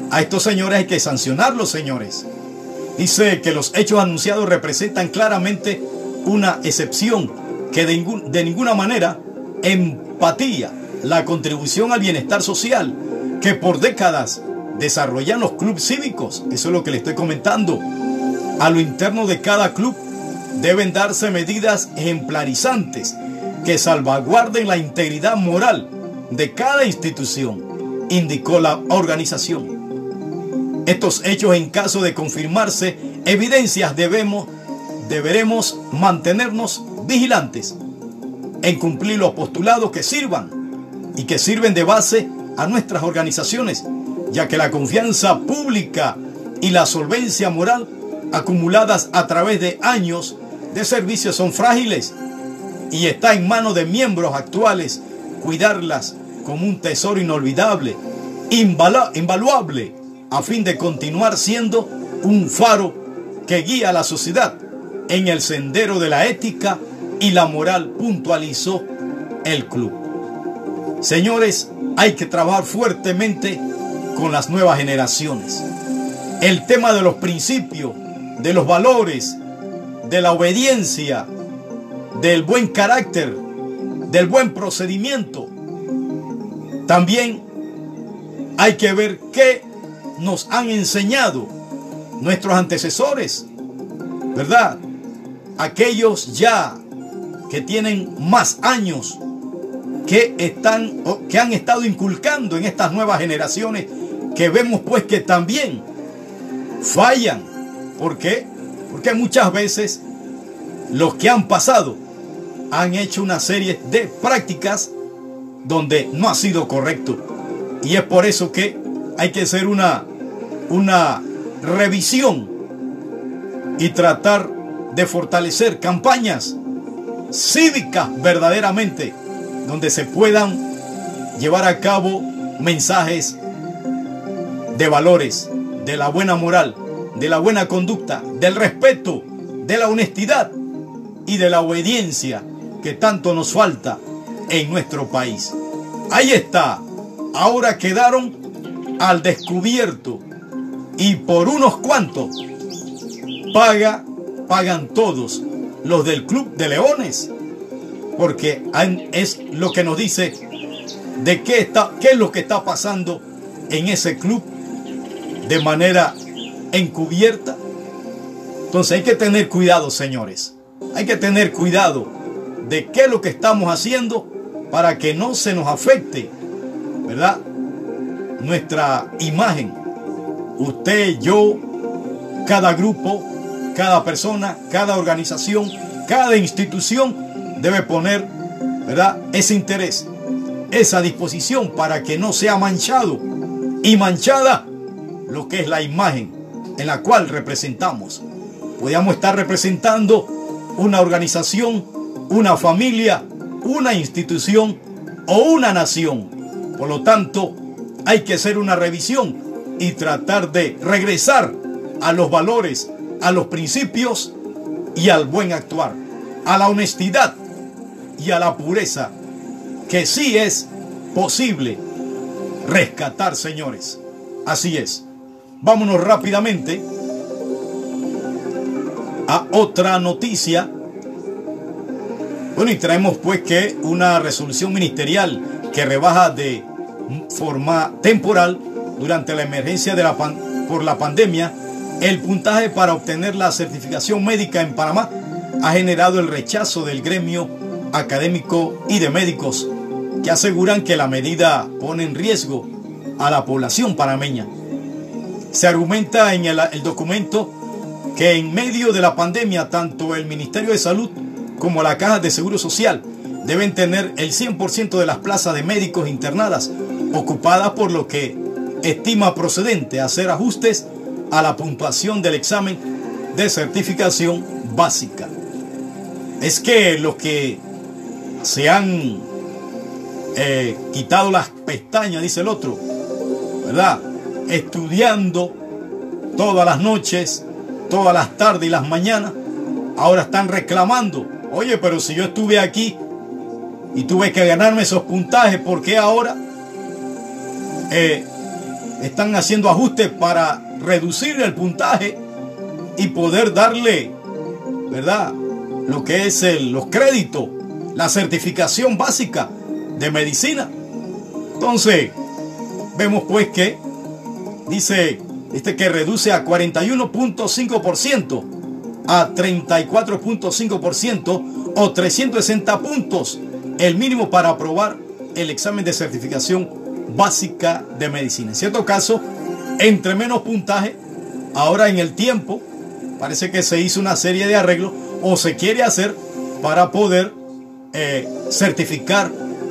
A estos señores hay que sancionarlos, señores. Dice que los hechos anunciados representan claramente una excepción que de, ningún, de ninguna manera empatía la contribución al bienestar social que por décadas desarrollan los clubes cívicos. Eso es lo que le estoy comentando. A lo interno de cada club deben darse medidas ejemplarizantes que salvaguarden la integridad moral de cada institución, indicó la organización. Estos hechos, en caso de confirmarse evidencias, debemos, deberemos mantenernos vigilantes en cumplir los postulados que sirvan y que sirven de base a nuestras organizaciones, ya que la confianza pública y la solvencia moral acumuladas a través de años de servicio son frágiles y está en manos de miembros actuales cuidarlas como un tesoro inolvidable, invaluable, a fin de continuar siendo un faro que guía a la sociedad en el sendero de la ética y la moral, puntualizó el club. Señores, hay que trabajar fuertemente con las nuevas generaciones. El tema de los principios, de los valores, de la obediencia, del buen carácter, del buen procedimiento. También hay que ver qué nos han enseñado nuestros antecesores, ¿verdad? Aquellos ya que tienen más años, que están, que han estado inculcando en estas nuevas generaciones, que vemos pues que también fallan. ¿Por qué? Porque muchas veces los que han pasado han hecho una serie de prácticas donde no ha sido correcto. Y es por eso que hay que hacer una, una revisión y tratar de fortalecer campañas cívicas verdaderamente, donde se puedan llevar a cabo mensajes de valores, de la buena moral, de la buena conducta, del respeto, de la honestidad y de la obediencia que tanto nos falta en nuestro país. Ahí está. Ahora quedaron al descubierto y por unos cuantos paga, pagan todos los del Club de Leones, porque es lo que nos dice de qué está, qué es lo que está pasando en ese club de manera encubierta. Entonces hay que tener cuidado, señores. Hay que tener cuidado de qué es lo que estamos haciendo para que no se nos afecte, ¿verdad?, nuestra imagen. Usted, yo, cada grupo, cada persona, cada organización, cada institución debe poner, ¿verdad?, ese interés, esa disposición para que no sea manchado y manchada lo que es la imagen en la cual representamos. Podríamos estar representando una organización, una familia, una institución o una nación. Por lo tanto, hay que hacer una revisión y tratar de regresar a los valores, a los principios y al buen actuar, a la honestidad y a la pureza, que sí es posible rescatar, señores. Así es. Vámonos rápidamente a otra noticia. Bueno, y traemos pues que una resolución ministerial que rebaja de forma temporal durante la emergencia de la pan, por la pandemia el puntaje para obtener la certificación médica en Panamá ha generado el rechazo del gremio académico y de médicos, que aseguran que la medida pone en riesgo a la población panameña. Se argumenta en el, el documento que en medio de la pandemia tanto el Ministerio de Salud como la Caja de Seguro Social deben tener el cien por ciento de las plazas de médicos internadas ocupadas, por lo que estima procedente hacer ajustes a la puntuación del examen de certificación básica. Es que los que se han eh, quitado las pestañas, dice el otro, ¿verdad?, estudiando todas las noches, todas las tardes y las mañanas, ahora están reclamando: oye, pero si yo estuve aquí y tuve que ganarme esos puntajes, ¿por qué ahora eh, están haciendo ajustes para reducir el puntaje y poder darle, ¿verdad?, lo que es el, los créditos, la certificación básica de medicina. Entonces, vemos pues que dice este que reduce a cuarenta y uno punto cinco por ciento a treinta y cuatro punto cinco por ciento o trescientos sesenta puntos el mínimo para aprobar el examen de certificación básica de medicina. En cierto caso, entre menos puntaje, ahora en el tiempo, parece que se hizo una serie de arreglos o se quiere hacer para poder eh, certificar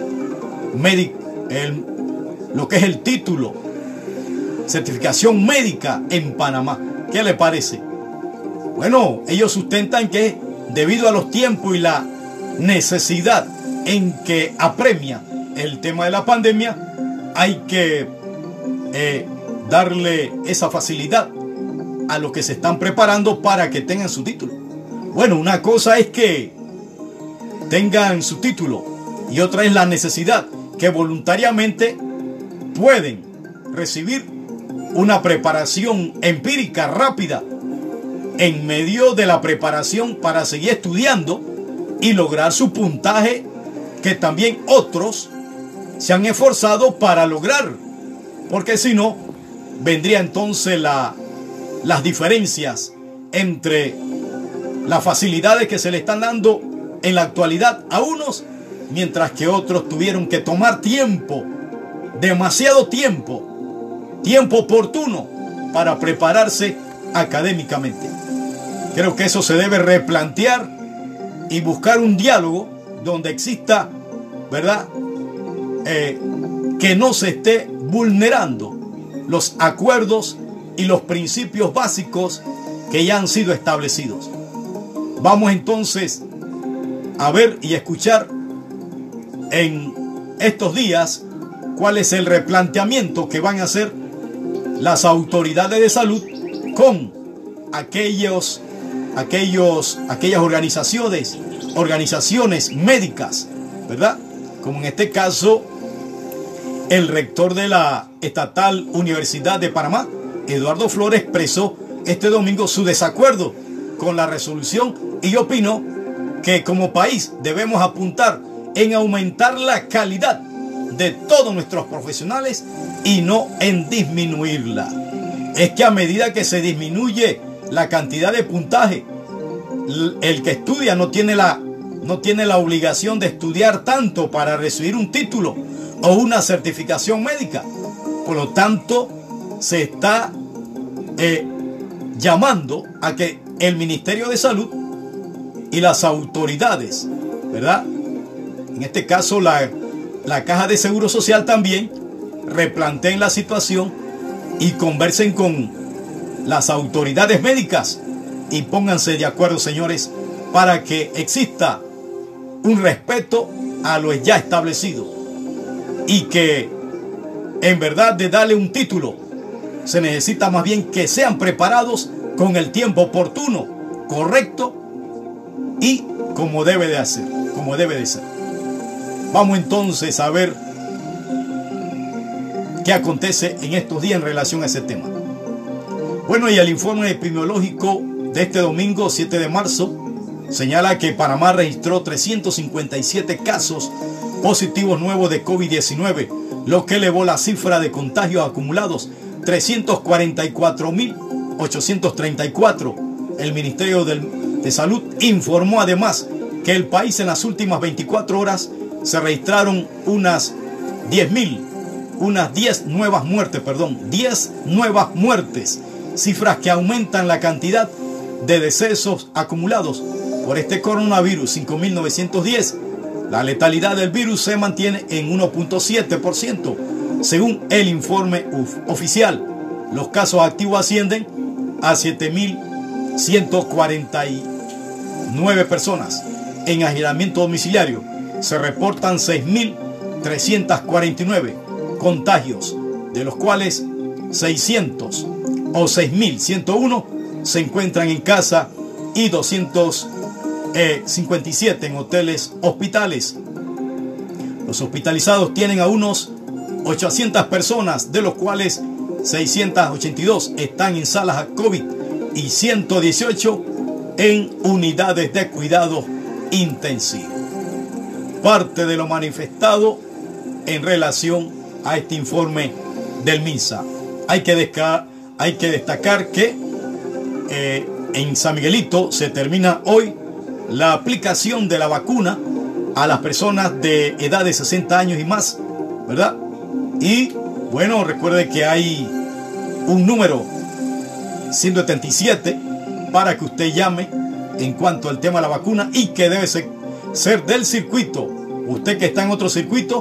el, lo que es el título, certificación médica en Panamá. ¿Qué le parece? Bueno, ellos sustentan que debido a los tiempos y la necesidad en que apremia el tema de la pandemia, hay que eh, darle esa facilidad a los que se están preparando para que tengan su título. Bueno, una cosa es que tengan su título y otra es la necesidad que voluntariamente pueden recibir una preparación empírica rápida en medio de la preparación para seguir estudiando y lograr su puntaje que también otros se han esforzado para lograr, porque si no vendría entonces la, las diferencias entre las facilidades que se le están dando en la actualidad a unos, mientras que otros tuvieron que tomar tiempo, demasiado tiempo, tiempo oportuno para prepararse académicamente. Creo que eso se debe replantear y buscar un diálogo donde exista, ¿verdad?, eh, que no se esté vulnerando los acuerdos y los principios básicos que ya han sido establecidos. Vamos entonces a ver y escuchar en estos días cuál es el replanteamiento que van a hacer las autoridades de salud con aquellos, aquellos, aquellas organizaciones, organizaciones médicas, ¿verdad? Como en este caso el rector de la Estatal Universidad de Panamá, Eduardo Flores, expresó este domingo su desacuerdo con la resolución y opinó que como país debemos apuntar en aumentar la calidad de todos nuestros profesionales y no en disminuirla. Es que a medida que se disminuye la cantidad de puntaje, el que estudia no tiene la, no tiene la obligación de estudiar tanto para recibir un título o una certificación médica. Por lo tanto, se está eh, llamando a que el Ministerio de Salud y las autoridades, ¿verdad?, en este caso la, la Caja de Seguro Social también, replanteen la situación y conversen con las autoridades médicas y pónganse de acuerdo, señores, para que exista un respeto a lo ya establecido y que en verdad de darle un título se necesita más bien que sean preparados con el tiempo oportuno, correcto y como debe de hacer, como debe de ser. Vamos entonces a ver qué acontece en estos días en relación a ese tema. Bueno, y el informe epidemiológico de este domingo siete de marzo señala que Panamá registró trescientos cincuenta y siete casos positivos nuevos de COVID diecinueve, lo que elevó la cifra de contagios acumulados trescientos cuarenta y cuatro mil ochocientos treinta y cuatro. El Ministerio de Salud informó además que el país en las últimas veinticuatro horas se registraron unas diez mil, unas diez nuevas muertes, perdón, diez nuevas muertes, cifras que aumentan la cantidad de decesos acumulados por este coronavirus, cinco mil novecientos diez. La letalidad del virus se mantiene en uno punto siete por ciento, según el informe oficial. Los casos activos ascienden a siete mil ciento cuarenta y nueve personas. En aislamiento domiciliario se reportan seis mil trescientos cuarenta y nueve contagios, de los cuales seiscientos o seis mil ciento uno se encuentran en casa y doscientos cincuenta y siete en hoteles, hospitales. Los hospitalizados tienen a unos ochocientas personas, de los cuales seiscientos ochenta y dos están en salas a COVID y ciento dieciocho en unidades de cuidado intensivo. Parte de lo manifestado en relación a este informe del MINSA. Hay que, desca hay que destacar que eh, en San Miguelito se termina hoy la aplicación de la vacuna a las personas de edad de sesenta años y más, ¿verdad? Y bueno, recuerde que hay un número ciento setenta y siete para que usted llame en cuanto al tema de la vacuna, y que debe ser, ser del circuito. Usted que está en otro circuito,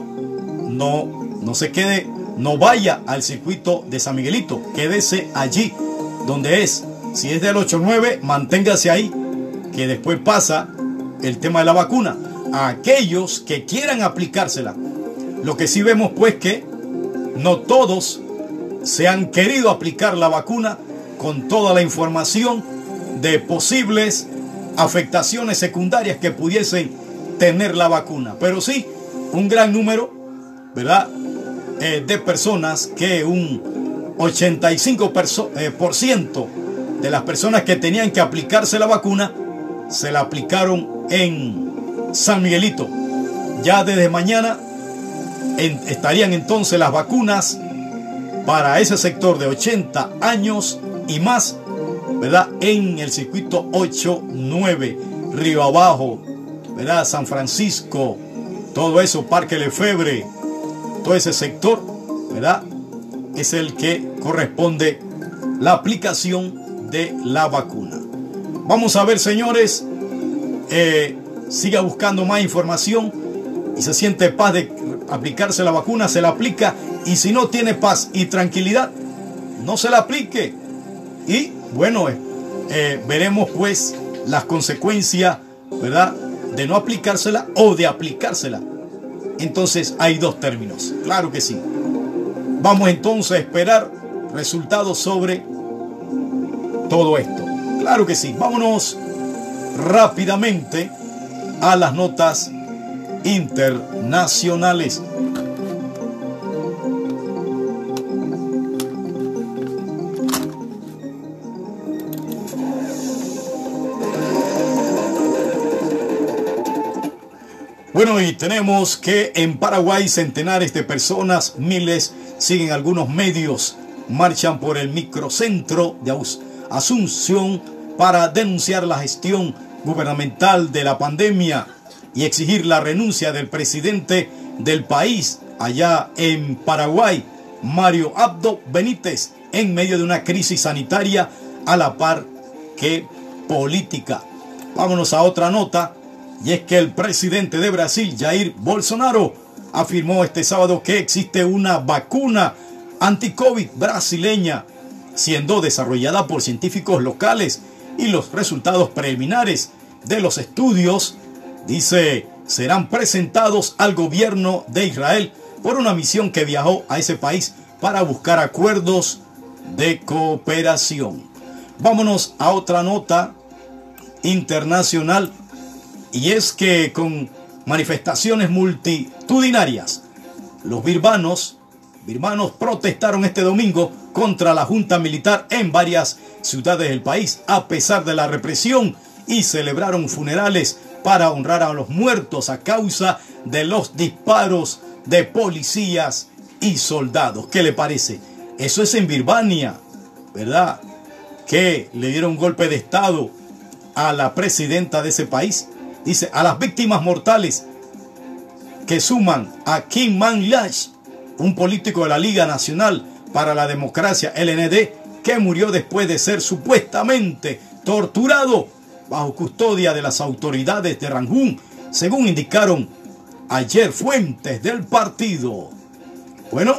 no, no se quede, no vaya al circuito de San Miguelito, quédese allí donde es. Si es del ocho nueve, manténgase ahí, que después pasa el tema de la vacuna. A aquellos que quieran aplicársela, lo que sí vemos pues que no todos se han querido aplicar la vacuna con toda la información de posibles afectaciones secundarias que pudiesen tener la vacuna. Pero sí, un gran número, ¿verdad? Eh, de personas, que un ochenta y cinco por ciento de las personas que tenían que aplicarse la vacuna se la aplicaron en San Miguelito. Ya desde mañana en, estarían entonces las vacunas para ese sector de ochenta años y más, ¿verdad? En el circuito ocho nueve, Río Abajo, ¿verdad? San Francisco, todo eso, Parque Lefebvre, todo ese sector, ¿verdad? Es el que corresponde la aplicación de la vacuna. Vamos a ver, señores, eh, siga buscando más información y se siente paz de aplicarse la vacuna, se la aplica, y si no tiene paz y tranquilidad, no se la aplique. Y bueno, eh, eh, veremos pues las consecuencias, ¿verdad?, de no aplicársela o de aplicársela. Entonces hay dos términos, claro que sí. Vamos entonces a esperar resultados sobre todo esto. Claro que sí. Vámonos rápidamente a las notas internacionales. Bueno, y tenemos que en Paraguay centenares de personas, miles, siguen algunos medios, marchan por el microcentro de Asunción para denunciar la gestión gubernamental de la pandemia y exigir la renuncia del presidente del país allá en Paraguay, Mario Abdo Benítez, en medio de una crisis sanitaria a la par que política. Vámonos a otra nota. Y es que el presidente de Brasil, Jair Bolsonaro, afirmó este sábado que existe una vacuna anti-COVID brasileña, siendo desarrollada por científicos locales, y los resultados preliminares de los estudios, dice, serán presentados al gobierno de Israel por una misión que viajó a ese país para buscar acuerdos de cooperación. Vámonos a otra nota internacional. Y es que con manifestaciones multitudinarias, los birmanos, birmanos protestaron este domingo contra la junta militar en varias ciudades del país, a pesar de la represión, y celebraron funerales para honrar a los muertos a causa de los disparos de policías y soldados. ¿Qué le parece? Eso es en Birmania, ¿verdad? Que le dieron un golpe de estado a la presidenta de ese país. Dice, a las víctimas mortales que suman a Kim Man-lash, un político de la Liga Nacional para la Democracia, L N D, que murió después de ser supuestamente torturado bajo custodia de las autoridades de Rangún, según indicaron ayer fuentes del partido. Bueno,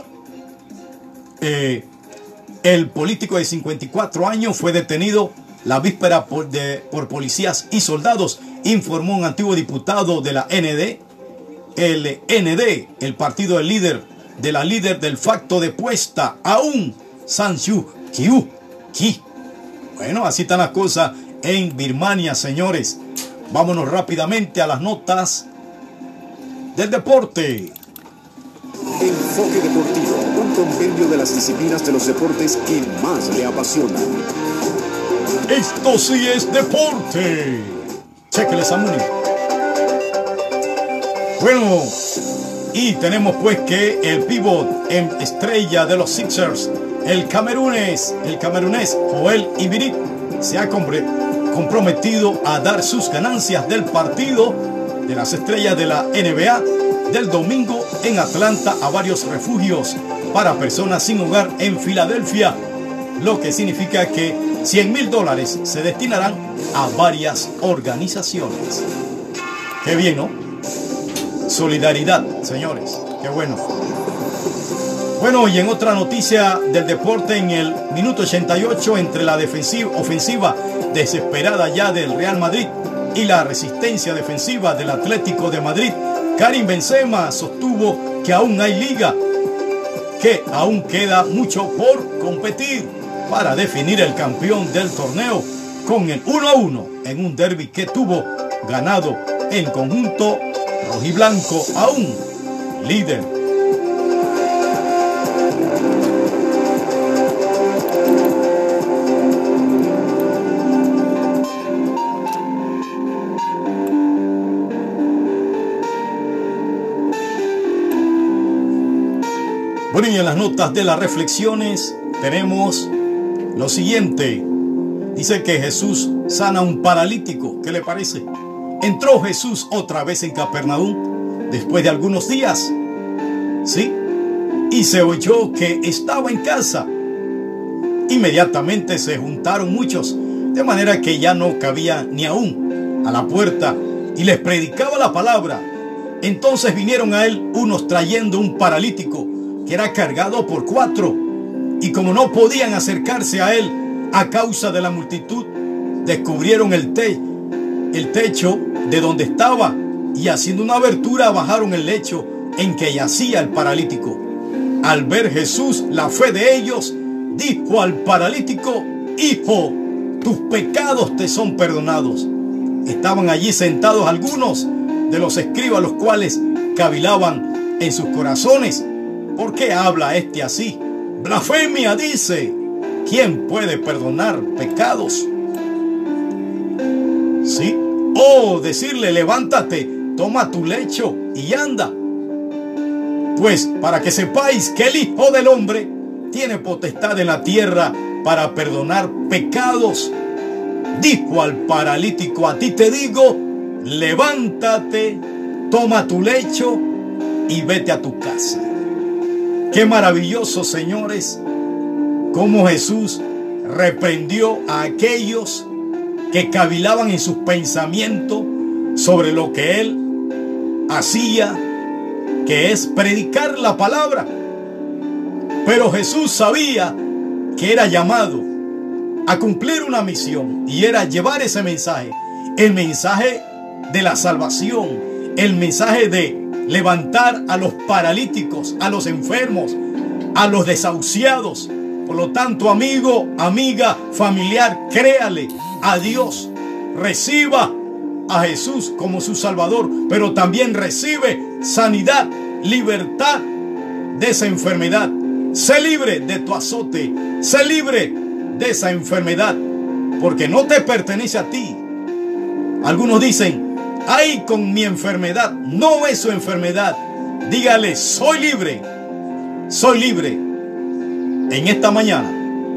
eh, el político de cincuenta y cuatro años fue detenido la víspera por, de, por policías y soldados, informó un antiguo diputado de la N D, el N D, el partido del líder de la líder del facto depuesta, Aung San Suu Kyi. Bueno, así están las cosas en Birmania, señores. Vámonos rápidamente a las notas del deporte. Enfoque Deportivo, un compendio de las disciplinas de los deportes que más le apasionan. Esto sí es deporte. Chéquele esa muni. Bueno, y tenemos pues que el pívot en estrella de los Sixers, el camerunés, el camerunés Joel Embiid, se ha comprometido a dar sus ganancias del partido de las estrellas de la N B A del domingo en Atlanta a varios refugios para personas sin hogar en Filadelfia, lo que significa que cien mil dólares se destinarán a varias organizaciones. Qué bien, ¿no? Solidaridad, señores, qué bueno. Bueno, y en otra noticia del deporte, en el minuto ochenta y ocho, entre la defensiva, ofensiva desesperada ya del Real Madrid y la resistencia defensiva del Atlético de Madrid, Karim Benzema sostuvo que aún hay liga, que aún queda mucho por competir para definir el campeón del torneo con el uno a uno en un derbi que tuvo ganado en conjunto rojiblanco, aún líder. Bueno, y en las notas de las reflexiones tenemos lo siguiente. Dice que Jesús sana a un paralítico. ¿Qué le parece? Entró Jesús otra vez en Capernaum después de algunos días. ¿Sí? Y se oyó que estaba en casa. Inmediatamente se juntaron muchos, de manera que ya no cabía ni aún a la puerta, y les predicaba la palabra. Entonces vinieron a él unos trayendo un paralítico que era cargado por cuatro, y como no podían acercarse a él a causa de la multitud, descubrieron el, te el techo de donde estaba, y haciendo una abertura bajaron el lecho en que yacía el paralítico. Al ver Jesús la fe de ellos, dijo al paralítico: hijo, tus pecados te son perdonados. Estaban allí sentados algunos de los escribas, los cuales cavilaban en sus corazones: ¿por qué habla este así? Blasfemia dice. ¿Quién puede perdonar pecados? ¿Sí? O decirle: levántate, toma tu lecho y anda. Pues para que sepáis que el Hijo del Hombre tiene potestad en la tierra para perdonar pecados. Dijo al paralítico: a ti te digo, levántate, toma tu lecho y vete a tu casa. Qué maravilloso, señores, cómo Jesús reprendió a aquellos que cavilaban en sus pensamientos sobre lo que él hacía, que es predicar la palabra. Pero Jesús sabía que era llamado a cumplir una misión, y era llevar ese mensaje, el mensaje de la salvación, el mensaje de levantar a los paralíticos, a los enfermos, a los desahuciados. Por lo tanto, amigo, amiga, familiar, créale a Dios, reciba a Jesús como su Salvador, pero también recibe sanidad, libertad de esa enfermedad. Sé libre de tu azote, sé libre de esa enfermedad, porque no te pertenece a ti. Algunos dicen: ay, con mi enfermedad. No es su enfermedad. Dígale: soy libre, soy libre. En esta mañana,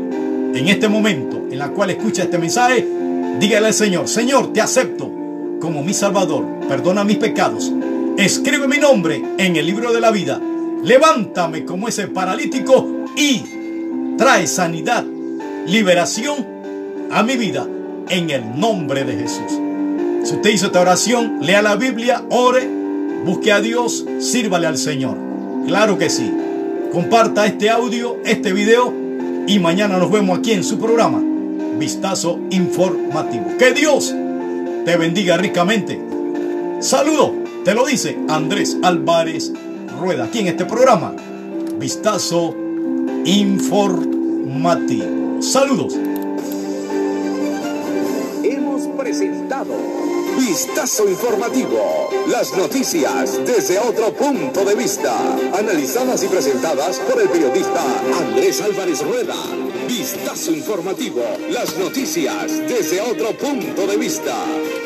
en este momento en la cual escucha este mensaje, dígale al Señor: Señor, te acepto como mi Salvador, perdona mis pecados, escribe mi nombre en el libro de la vida, levántame como ese paralítico y trae sanidad, liberación a mi vida en el nombre de Jesús. Si usted hizo esta oración, lea la Biblia, ore, busque a Dios, sírvale al Señor. Claro que sí. Comparta este audio, este video, y mañana nos vemos aquí en su programa Vistazo Informativo. Que Dios te bendiga ricamente. Saludo, te lo dice Andrés Álvarez Rueda, aquí en este programa Vistazo Informativo. Saludos. Hemos presentado Vistazo Informativo. Las noticias desde otro punto de vista. Analizadas y presentadas por el periodista Andrés Álvarez Rueda. Vistazo Informativo. Las noticias desde otro punto de vista.